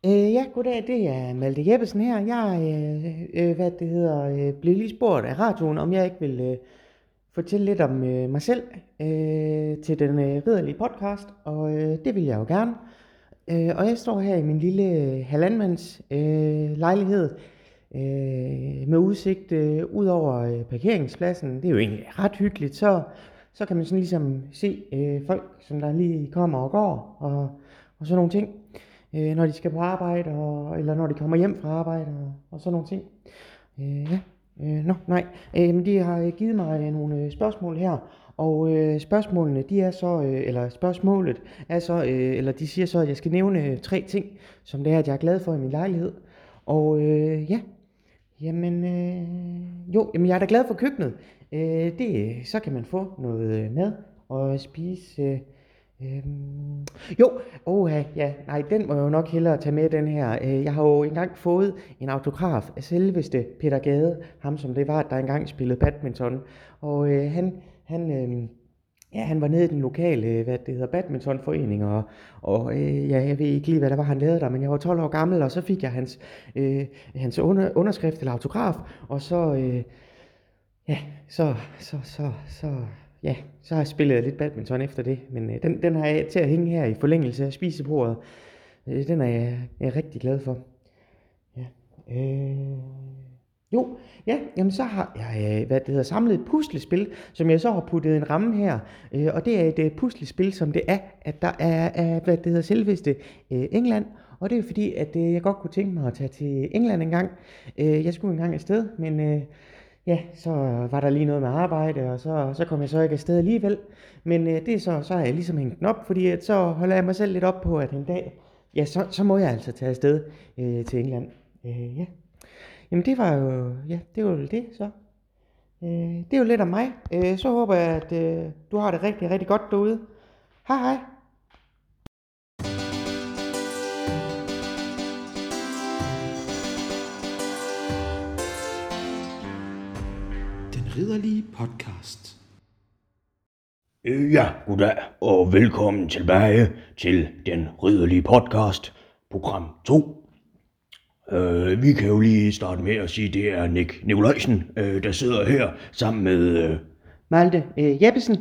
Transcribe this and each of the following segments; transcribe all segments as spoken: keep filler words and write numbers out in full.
Øh, ja, goddag, det er Malte Jeppesen her. Jeg øh, øh, hvad det hedder, øh, blev lige spurgt af radioen, om jeg ikke vil øh, fortælle lidt om øh, mig selv øh, til den øh, ridderlige podcast, og øh, det vil jeg jo gerne. Øh, og jeg står her i min lille øh, halvandmands øh, lejlighed øh, med udsigt øh, ud over øh, parkeringspladsen. Det er jo egentlig ret hyggeligt. Så, så kan man sådan ligesom se øh, folk, som der lige kommer og går, og, og sådan nogle ting. Øh, når de skal på arbejde, og, eller når de kommer hjem fra arbejde, og, og sådan nogle ting. Øh, ja, øh, nå, nej. Øh, men de har givet mig øh, nogle øh, spørgsmål her, og øh, spørgsmålene, de er så, øh, eller spørgsmålet er så, øh, eller de siger så, at jeg skal nævne øh, tre ting, som det er, at jeg er glad for i min lejlighed. Og øh, ja, jamen, øh, jo, jamen jeg er da glad for køkkenet. Øh, det, så kan man få noget øh, mad og spise. Øh, Øhm, jo, åh ja, nej, den må jeg jo nok hellere tage med, den her. Øh, Jeg har jo engang fået en autograf af selveste Peter Gade, ham som det var, der engang spillede badminton. Og øh, han, han, øh, ja, han var nede i den lokale, øh, hvad det hedder, badmintonforening, og, og øh, ja, jeg ved ikke lige, hvad der var, han lavede der, men jeg var tolv år gammel, og så fik jeg hans, øh, hans under, underskrift eller autograf, og så, øh, ja, så, så, så, så, ja, så har jeg spillet lidt badminton efter det, men øh, den, den har jeg til at hænge her i forlængelse af spisebordet. Øh, den er jeg, jeg er rigtig glad for. Ja. Øh, jo, ja, jamen så har jeg, øh, hvad det hedder, samlet et puslespil, som jeg så har puttet i en ramme her, øh, og det er et øh, puslespil, som det er, at der er, er hvad det hedder, selveste øh, England, og det er fordi, at øh, jeg godt kunne tænke mig at tage til England en gang. Øh, jeg skulle engang afsted, men øh, ja, så var der lige noget med arbejde, og så, så kom jeg så ikke afsted alligevel. Men øh, det er så, så har jeg ligesom hængt den op, fordi at så holder jeg mig selv lidt op på, at en dag, ja, så, så må jeg altså tage afsted øh, til England. Øh, ja. Jamen det var jo, ja, det var jo det så. Øh, det er jo lidt om mig. Øh, så håber jeg, at øh, du har det rigtig, rigtig godt derude. Hej hej. Den ridderlige podcast. Øh, Ja, goddag og velkommen tilbage til den ridderlige podcast, program to. Øh, vi kan jo lige starte med at sige, at det er Nick Nikolajsen, øh, der sidder her sammen med... Øh, Malte øh, Jeppesen.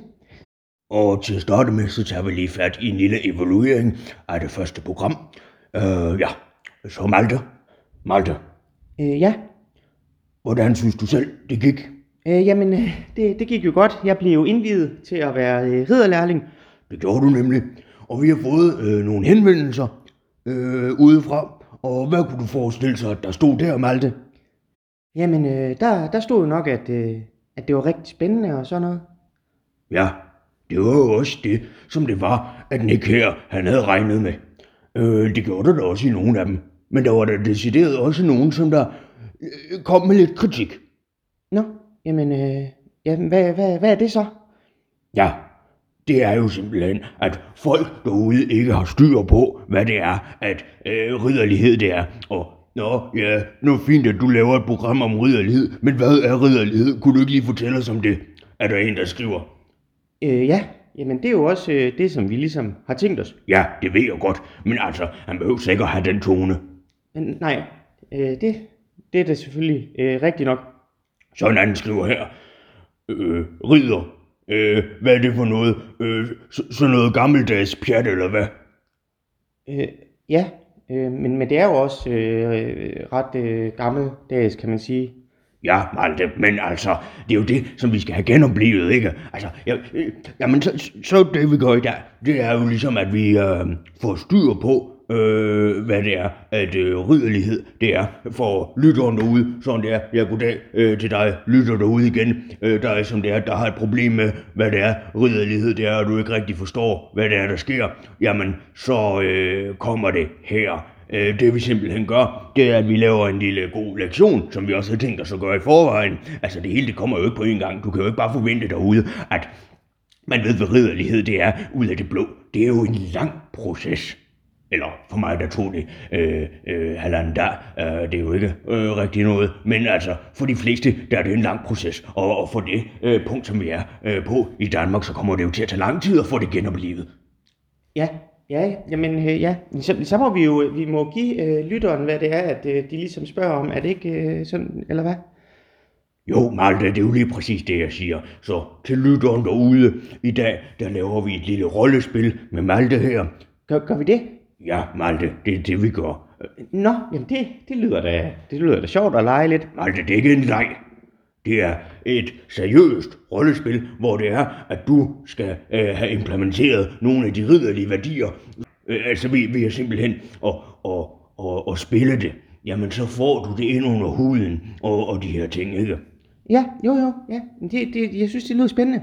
og til at starte med, så tager vi lige fat i en lille evaluering af det første program. Øh, ja, så Malte. Malte, Øh, ja. hvordan synes du selv, det gik? Øh, jamen, øh, det, det gik jo godt. Jeg blev jo indviet til at være øh, ridderlærling. Det gjorde du nemlig. Og vi har fået øh, nogle henvendelser øh, udefra. Og hvad kunne du forestille sig, at der stod der, Malte? Jamen, øh, der, der stod jo nok, at, øh, at det var rigtig spændende og sådan noget. Ja, det var jo også det, som det var, at Nick her, han havde regnet med. Øh, det gjorde der da også i nogle af dem. Men der var der decideret også nogen, som der øh, kom med lidt kritik. Nå, jamen, øh, jamen hvad, hvad, hvad er det så? Ja, det er jo simpelthen, at folk derude ikke har styr på, hvad det er, at øh, ridderlighed det er. Og nå, ja, nu er fint, at du laver et program om ridderlighed, men hvad er ridderlighed? Kunne du ikke lige fortælle os om det? Er der en, der skriver? Øh, ja, jamen det er jo også øh, det, som vi ligesom har tænkt os. Ja, det ved jeg godt, men altså, han behøver sikkert have den tone. Men nej, øh, det, det er da selvfølgelig øh, rigtigt nok. Så en anden skriver her, øh, ridder, øh, hvad er det for noget? Øh, så, sådan noget gammeldags pjat, eller hvad? Øh, ja, øh, men, men det er jo også øh, ret øh, gammeldags, kan man sige. Ja, Malte, men altså, det er jo det, som vi skal have genoplevet, ikke? Altså, ja, øh, jamen, så, så det vi gør i dag, det er jo ligesom, at vi øh, får styr på, øh, hvad det er, at øh, ridderlighed, det er for lytteren derude, sådan det er. Ja, goddag øh, til dig, lytter derude igen, øh, der er som det er, der har et problem med, hvad det er, ridderlighed, det er, og du ikke rigtig forstår, hvad det er, der sker. Jamen, så øh, kommer det her. Det vi simpelthen gør, det er, at vi laver en lille god lektion, som vi også har tænkt os at gøre i forvejen. Altså det hele, det kommer jo ikke på en gang. Du kan jo ikke bare forvente derude, at man ved, hvad ridderlighed det er ud af det blå. Det er jo en lang proces. Eller for mig, der tog det øh, øh, halvanden dag. Øh, det er jo ikke øh, rigtig noget. Men altså, for de fleste, der er det en lang proces. Og, og for det øh, punkt, som vi er øh, på i Danmark, så kommer det jo til at tage lang tid at få det genoplevet. Ja, Ja, jamen øh, ja, så, så må vi jo vi må give øh, lytteren, hvad det er, at øh, de ligesom spørger om. Er det ikke øh, sådan, eller hvad? Jo, Malte, det er jo lige præcis det, jeg siger. Så til lytteren derude, i dag, der laver vi et lille rollespil med Malte her. Gør, gør vi det? Ja, Malte, det er det, vi gør. Nå, jamen det, det lyder da, det lyder da sjovt og lege lidt. Malte, det er ikke en leg. Det er et seriøst rollespil, hvor det er, at du skal øh, have implementeret nogle af de ridderlige værdier. Øh, altså ved, ved at simpelthen at, at, at, at spille det. Jamen, så får du det ind under huden og, og de her ting, ikke? Ja, jo jo, ja. Det, det, jeg synes, det lyder spændende.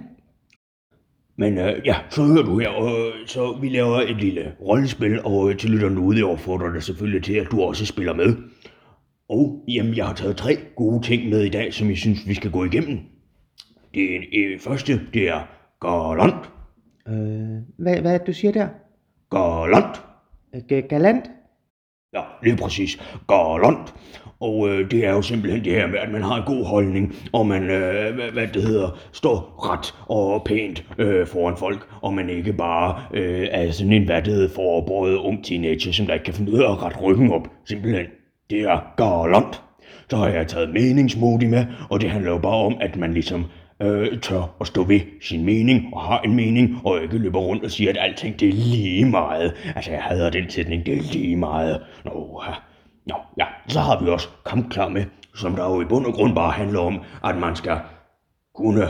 Men øh, ja, så hører du her, og så vi laver et lille rollespil, og til lytteren derude, jeg opfordrer dig selvfølgelig til, at du også spiller med. Og jamen, jeg har taget tre gode ting med i dag, som jeg synes, vi skal gå igennem. Det øh, første, det er galant. Øh, hvad, hvad er det, du siger der? Galant. G- galant? Ja, lige præcis. Galant. Og øh, det er jo simpelthen det her med, at man har en god holdning, og man, øh, hvad, hvad det hedder, står ret og pænt øh, foran folk, og man ikke bare øh, er sådan en, hvad det hedder, forbøjet ung teenager, som der ikke kan finde ud af at rette ryggen op. Simpelthen. Det er galant. Så har jeg taget meningsmådig med, og det handler jo bare om, at man ligesom øh, tør at stå ved sin mening, og har en mening, og ikke løber rundt og siger, at alting det er lige meget. Altså, jeg hader den sætning, det er lige meget. Nå, ja. Nå, ja, så har vi også kampklar med, som der jo i bund og grund bare handler om, at man skal kunne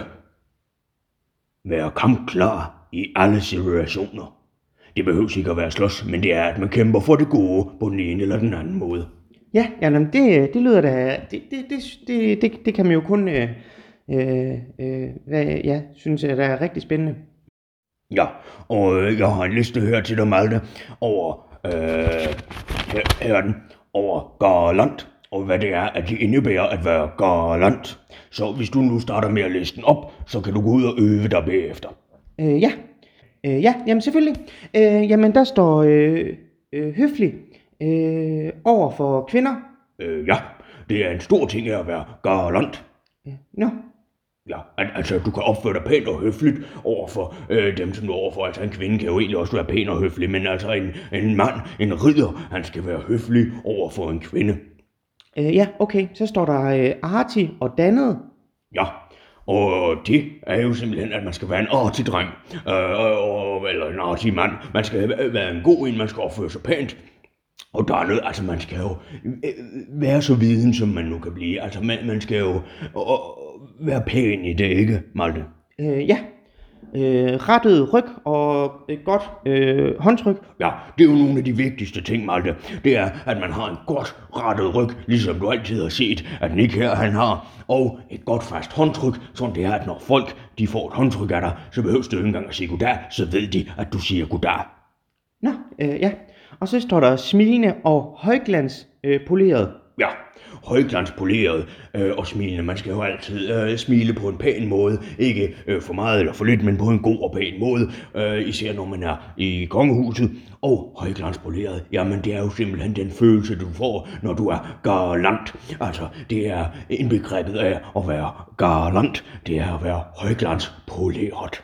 være kampklar i alle situationer. Det behøver ikke at være slås, men det er, at man kæmper for det gode på den ene eller den anden måde. Ja, jamen det, det lyder da, det, det, det, det, det, det kan man jo kun, øh, øh, øh, hvad, ja, synes jeg, der er rigtig spændende. Ja, og øh, jeg har en liste her til dig, Malte, over, øh, her, her er den, over galant, og hvad det er, at det indebærer at være galant. Så hvis du nu starter med at læse den op, så kan du gå ud og øve dig bagefter. Øh, ja, øh, ja, jamen selvfølgelig. Øh, jamen der står øh, øh, høflig øh, over for kvinder. Øh, ja, det er en stor ting at være galant. Øh, Nå, Ja, al- altså du kan opføre dig pænt og høfligt overfor øh, dem, som du er overfor. Altså en kvinde kan jo egentlig også være pæn og høflig, men altså en, en mand, en ridder, han skal være høflig overfor en kvinde. øh, ja, okay, så står der øh, artig og dannet. Ja, og det er jo simpelthen, at man skal være en artig dreng, øh, og, eller en artig mand. Man skal være en god en, man skal opføre sig pænt. Og der er noget, altså man skal jo øh, være så viden, som man nu kan blive. Altså man, man skal jo øh, være pæn i det, ikke, Malte? Øh, ja, øh, rettet ryg og et godt øh, håndtryk. Ja, det er jo nogle af de vigtigste ting, Malte. Det er, at man har en godt rettet ryg, ligesom du altid har set, at Nick her han har. Og et godt fast håndtryk, sådan det er, at når folk de får et håndtryk af dig, så behøver du ikke engang at sige goddag, så ved de, at du siger goddag. Nå, øh, ja. Og så står der smilende og højglans øh, poleret. Ja, højglanspoleret øh, og smilende. Man skal jo altid øh, smile på en pæn måde. Ikke øh, for meget eller for lidt, men på en god og pæn måde. Øh, især når man er i kongehuset. Og højglanspoleret, jamen det er jo simpelthen den følelse, du får, når du er galant. Altså, det er indbegrebet af at være galant. Det er at være højglanspoleret.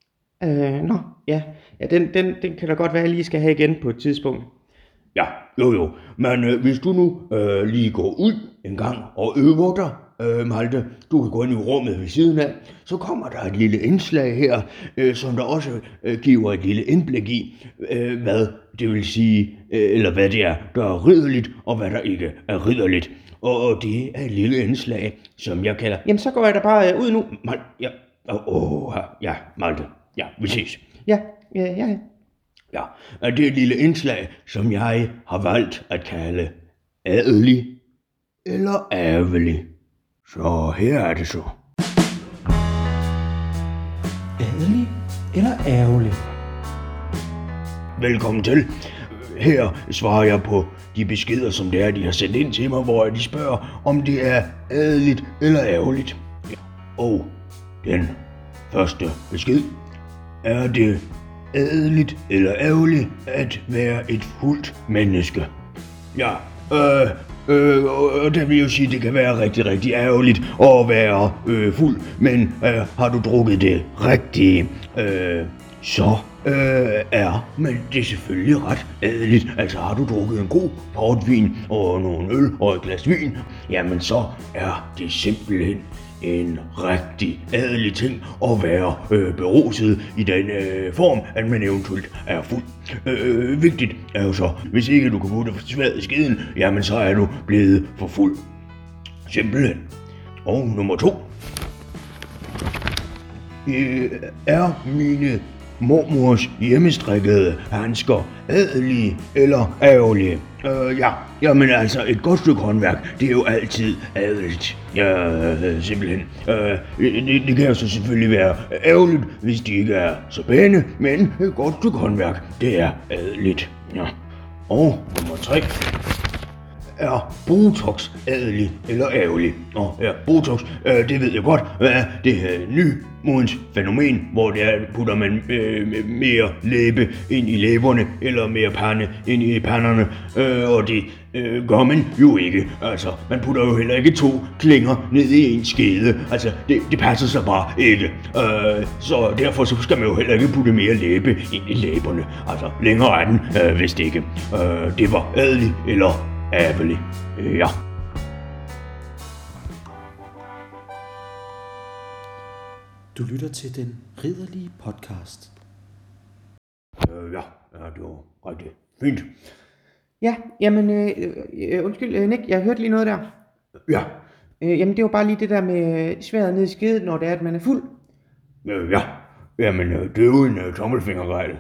Øh, nå, ja. Ja, den, den, den kan da godt være, at jeg lige skal have igen på et tidspunkt. Ja, jo jo, men øh, hvis du nu øh, lige går ud en gang og øver dig, øh, Malte, du kan gå ind i rummet ved siden af, så kommer der et lille indslag her, øh, som der også øh, giver et lille indblik i, øh, hvad det vil sige, øh, eller hvad det er, der er ridderligt, og hvad der ikke er ridderligt. Og, og det er et lille indslag, som jeg kalder... Jamen, så går jeg da bare øh, ud nu. Malte, ja, åh, oh, ja, Malte, ja, vi ses. Ja, ja, ja. Ja, og det er et lille indslag, som jeg har valgt at kalde adelig eller ærvelig. Så her er det så. Adelig eller ærgerlig? Velkommen til. Her svarer jeg på de beskeder, som det er, de har sendt ind til mig, hvor de spørger, om det er adeligt eller ærgerligt. Og den første besked er det adeligt eller ærgerligt at være et fuldt menneske. Ja, øh, øh, og det vil jo sige, at det kan være rigtig, rigtig ærgerligt at være øh, fuld, men øh, har du drukket det rigtige, øh, så øh, er, men det er selvfølgelig ret adeligt. Altså har du drukket en god portvin og nogle øl og et glas vin, jamen så er det simpelthen en rigtig adelig ting at være øh, beruset i den øh, form, at man eventuelt er fuld. Øh, vigtigt er jo så, hvis ikke du kan putte for svært i skeden, jamen så er du blevet for fuld. Simpelthen. Og nummer to. Øh, er mine mormors hjemmestrikkede handsker adelige eller ærgerlige? Øh, ja, jamen altså, et godt stykke håndværk, det er jo altid adeligt. Ja, øh, simpelthen. Øh, det, det kan jo så selvfølgelig være ærgerligt, hvis de ikke er så pæne, men et godt stykke håndværk, det er adeligt. Ja. Og nummer tre. Er Botox adelig eller ærgerlig? Nå, ja, Botox, øh, det ved jeg godt, hvad er det her nymodens fænomen, hvor der putter man øh, mere læbe ind i læberne, eller mere pande ind i panderne, øh, og det øh, gør man jo ikke. Altså, man putter jo heller ikke to klinger ned i en skede, altså, det, det passer sig bare ikke. Øh, så derfor så skal man jo heller ikke putte mere læbe ind i læberne. Altså, længere er den, øh, hvis det ikke. Øh, det var adelig eller ærgerlig. Ja. Du lytter til Den Ridderlige Podcast. Øh, ja, ja, det var rigtig fint. Ja, jamen, øh, øh, undskyld, øh, Nick, jeg hørte lige noget der. Ja, Øh, jamen, det var bare lige det der med sværet ned i skedet, når det er, at man er fuld. øh, ja. Jamen, øh, det er jo en øh, tommelfingerregel.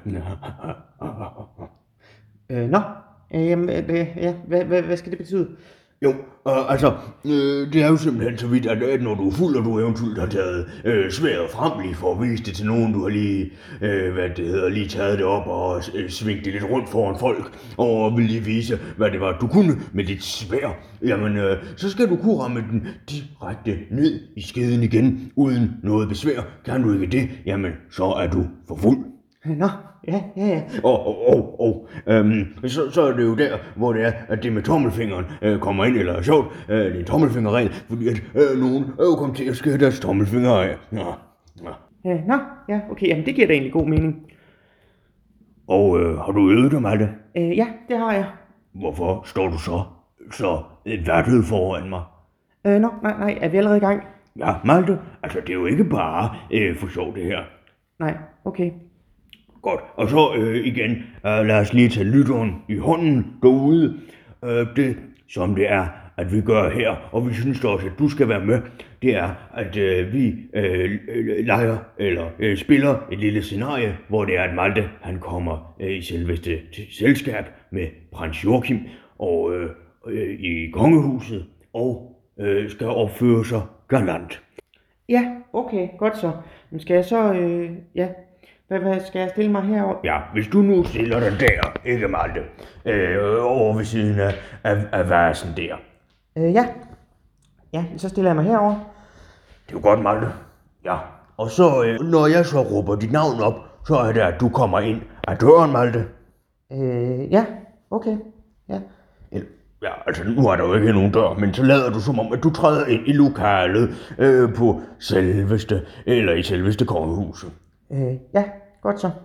Øh, nå, øh, jamen, øh, ja, hvad, hvad, hvad skal det betyde? Jo, øh, altså, øh, det er jo simpelthen så vidt, at, at når du er fuld, og du eventuelt har taget øh, sværet frem lige for at vise det til nogen, du har lige, øh, hvad det hedder, lige taget det op og øh, svingt det lidt rundt foran folk, og vil lige vise, hvad det var, du kunne med dit sværd, jamen, øh, så skal du kunne ramme den direkte ned i skeden igen, uden noget besvær. Kan du ikke det, jamen, så er du for fuld. Nå, ja, ja, ja. Og, og, og, og øhm, så, så er det jo der, hvor det er, at det med tommelfingeren øh, kommer ind, eller er sjovt, øh, det er en tommelfingerregel, fordi at øh, nogen er jo kommet til at skære deres tommelfinger af. Ja, ja. Øh, nå, ja, okay, jamen det giver da egentlig god mening. Og øh, har du øvet dig, Malte? Øh, ja, det har jeg. Hvorfor står du så så vattet foran mig? Øh, nå, nej, nej, er vi allerede i gang? Ja, Malte, altså det er jo ikke bare øh, for sjov det her. Nej, okay. Godt, og så øh, igen, øh, lad os lige tage lytteren i hånden derude. Øh, det, som det er, at vi gør her, og vi synes også, at du skal være med, det er, at øh, vi øh, leger, eller øh, spiller et lille scenarie, hvor det er, at Malte, han kommer øh, i selveste til selskab med prins Joachim, og øh, øh, i kongehuset, og øh, skal opføre sig galant. Ja, okay, godt så. Men skal jeg så, øh, ja, hvad, hvad skal jeg stille mig herover? Ja, hvis du nu stiller dig der, ikke Malte, øh, over ved siden af, af, af vasen der. Øh, ja. Ja, så stiller jeg mig herover. Det er jo godt, Malte. Ja, og så, øh, når jeg så råber dit navn op, så er det, at du kommer ind af døren, Malte. Øh, ja, okay, ja. Ja, altså nu er der jo ikke nogen dør, men så lader du som om, at du træder ind i lokalet øh, på selveste, eller i selveste kongehuset. Øh, ja, godt så.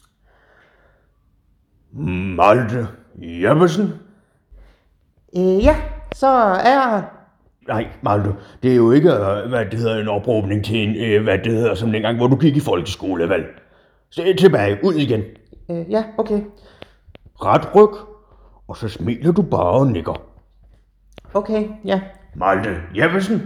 Malte Jeppesen? Øh, ja, så er jeg... Nej, Malte, det er jo ikke, øh, hvad det hedder, en opråbning til en, øh, hvad det hedder, som dengang, hvor du gik i folkeskole, vel? Så tilbage, ud igen. Øh, ja, okay. Ret ryg, og så smiler du bare og nikker. Okay, ja. Malte Jeppesen?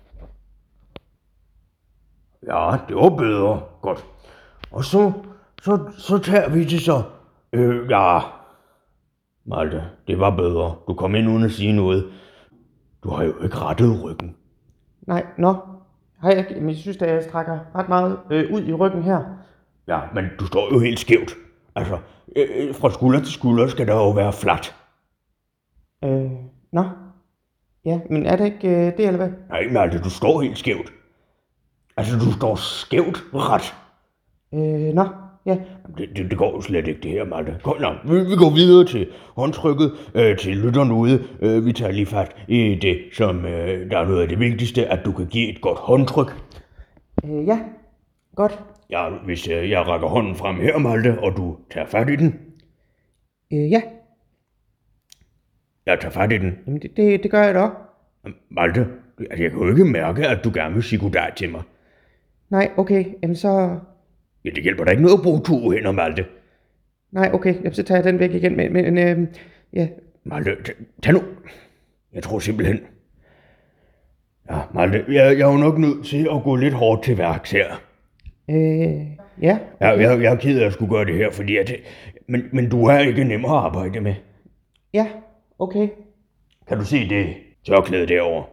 Ja, det var bedre. Godt. Og så, så, så tager vi det så. Øh, ja. Malte, det var bedre. Du kom ind uden at sige noget. Du har jo ikke rettet ryggen. Nej, nå. Hej, jeg, men jeg synes, at jeg strækker ret meget øh, ud i ryggen her. Ja, men du står jo helt skævt. Altså, øh, fra skulder til skulder skal der jo være fladt. Øh, nå. Ja, men er det ikke øh, det, eller hvad? Nej, Malte, du står helt skævt. Altså, du står skævt ret. Øh, nå. Ja. Det, det, det går jo slet ikke, det her, Malte. Kom, nå, vi, vi går videre til håndtrykket, øh, til lytteren ude. Øh, vi tager lige fat i det, som øh, der er noget af det vigtigste, at du kan give et godt håndtryk. Øh, ja. Godt. Ja, hvis øh, jeg rækker hånden frem her, Malte, og du tager fat i den. Øh, ja, Jeg tager fat i den. jamen det, det, det gør jeg da også. Malte, altså, jeg kan jo ikke mærke, at du gerne vil sige goddag til mig. Nej, okay, jamen så... Ja, det hjælper da ikke noget at bruge to hænder, Malte. Nej, okay, jamen, så tager jeg den væk igen, men, men øh, ja, Malte, t- tag nu. Jeg tror simpelthen... Ja, Malte, jeg, jeg er jo nok nødt til at gå lidt hårdt til værks her. øh, ja, Jeg, jeg, jeg er ked af at skulle gøre det her, fordi at... Men, men du er ikke nem at arbejde med. ja, okay, Kan du se det tørklæde derovre?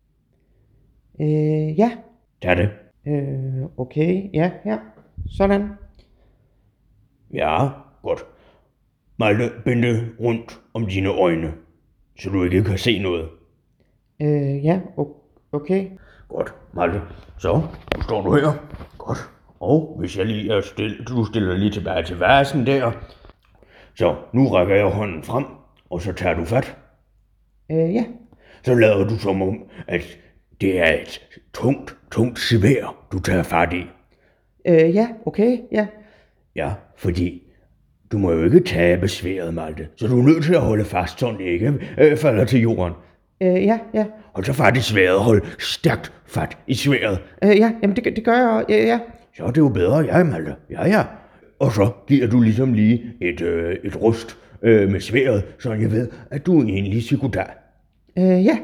øh, ja, Tag det. øh, okay, ja, ja, sådan. Ja, godt. Malte, bind det rundt om dine øjne, så du ikke kan se noget. Øh, ja, o- okay, Godt, Malte. Så, nu står du her. Godt. Og hvis jeg lige er stille, du stiller lige tilbage til vasen der. Så, nu rækker jeg hånden frem, og så tager du fat. øh, ja, Så lader du som om, at det er et tungt, tungt sværd, du tager fat i. øh, ja, okay, ja, Ja, fordi du må jo ikke tabe sværdet, Malte. Så du er nødt til at holde fast, så det ikke øh, falder til jorden. øh, ja, ja, Hold så fat i sværdet. Hold stærkt fat i sværdet. øh, ja, jamen det, det gør jeg også, ja, ja, Så er det jo bedre, ja, Malte. Ja, ja. Og så giver du ligesom lige et, øh, et rust øh, med sværdet, så jeg ved, at du egentlig siger goddag. øh, ja.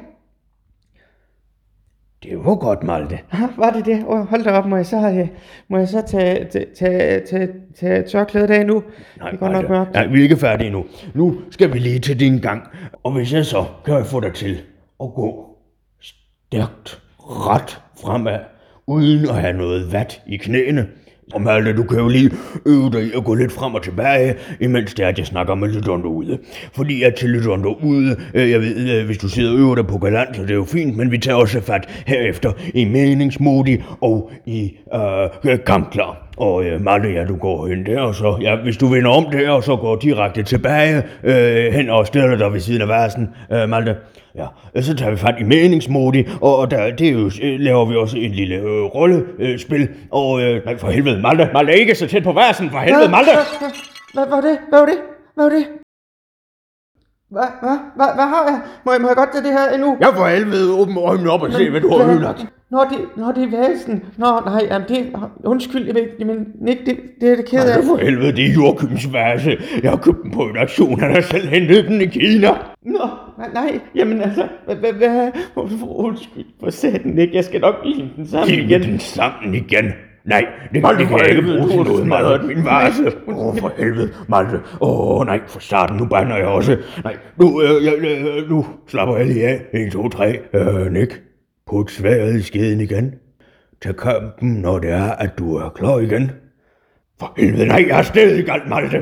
Det var godt, Malte. Aha, var det det? Oh, hold da op, må jeg så, øh, må jeg så tage, tage, tage, tage, tage tørklædet af nu? Nej, det går nok Malte. mørkt. Nej, vi er ikke færdige nu. Nu skal vi lige til din gang. Og hvis jeg så kan få dig til at gå stærkt ret fremad, uden at have noget vat i knæene. Og Malte, du kan jo lige øve dig i at gå lidt frem og tilbage, imens det er, at jeg snakker med lytteren derude. Fordi at til lytteren derude, øh, jeg ved, øh, hvis du sidder og øver dig på galant, så det er jo fint, men vi tager også fat herefter i meningsmådig og i øh, kampklar. Og øh, Malte, ja, du går hen der, og så, ja, hvis du vender om der, og så går direkte tilbage øh, hen og stiller dig ved siden af vasen, øh, Malte. Ja, så tager vi fat i meningsmådig, og, og der, det er jo, øh, laver vi også en lille øh, rollespil, øh, og øh, nej, for helvede, Malte, Malte, ikke så tæt på vasen, for helvede, Malte! Hvad var det? Hvad var det? Hvad var det? Hvad, hvad, hvad, hvad har jeg? Må jeg, må jeg godt tage det her endnu? Ja, for helvede, åbn øjnene op og se, hvad du har ødelagt. Nå, det, nå, det er vasen. Nå, nej, jamen det, undskyld, jeg ved, jamen, Nick, det, det er det ked af. Malte, for helvede, det er Joachims vase. Jeg har købt den på en aktion, han har selv hentet den i Kina. Nå, nej, nej, jamen altså, hvad, hvad, hvad, undskyld, for satan, Nick, jeg skal nok give den sammen Giv igen. den sammen igen. Nej, det, Malte, det kan for jeg ikke helvede, bruge til du har noget, smadret Malte. min vase. vase. Åh, oh, for helvede, Malte. Åh, oh, nej, for starten, nu bander jeg også. Nej, nu, øh, jeg, øh, nu slapper jeg lige af. en, to, tre. Øh, Nick, put sværet i skeden igen. Tag kampen, når det er, at du er klar igen. For helvede, nej, jeg er stadig galt, Malte.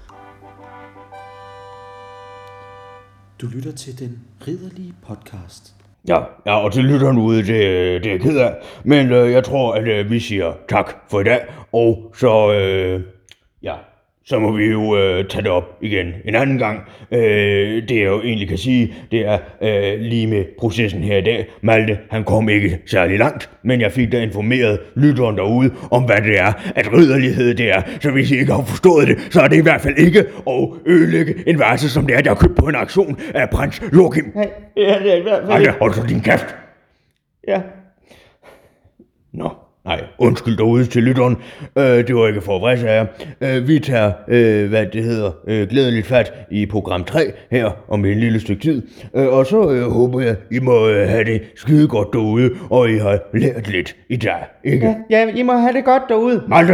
Du lytter til Den Ridderlige Podcast. Ja, ja, og til lytteren ude, det, det er jeg ked af. Men øh, jeg tror, at øh, vi siger tak for i dag. Og så, øh, ja, så må vi jo øh, tage det op igen en anden gang. Øh, det jeg jo egentlig kan sige, det er øh, lige med processen her i dag. Malte, han kom ikke særlig langt, men jeg fik da informeret lytteren derude om, hvad det er, at ridderlighed det er. Så hvis I ikke har forstået det, så er det i hvert fald ikke at ødelægge en vase, som det er, der er købt på en aktion af prins Joachim. Nej, ja, det er i hvert fald Malte, ikke. hold så din kæft. Ja, Nå, nej, undskyld derude til lytteren. Øh, det var ikke for at vrisse af jer. Øh, vi tager, øh, hvad det hedder, øh, glædeligt fat i program tre her om en lille stykke tid. Øh, og så øh, håber jeg, I må øh, have det skide godt derude, og I har lært lidt i dag, ikke? ja, ja, I må have det godt derude. Malte!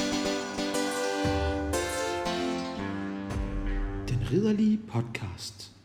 Den Ridderlige Podcast.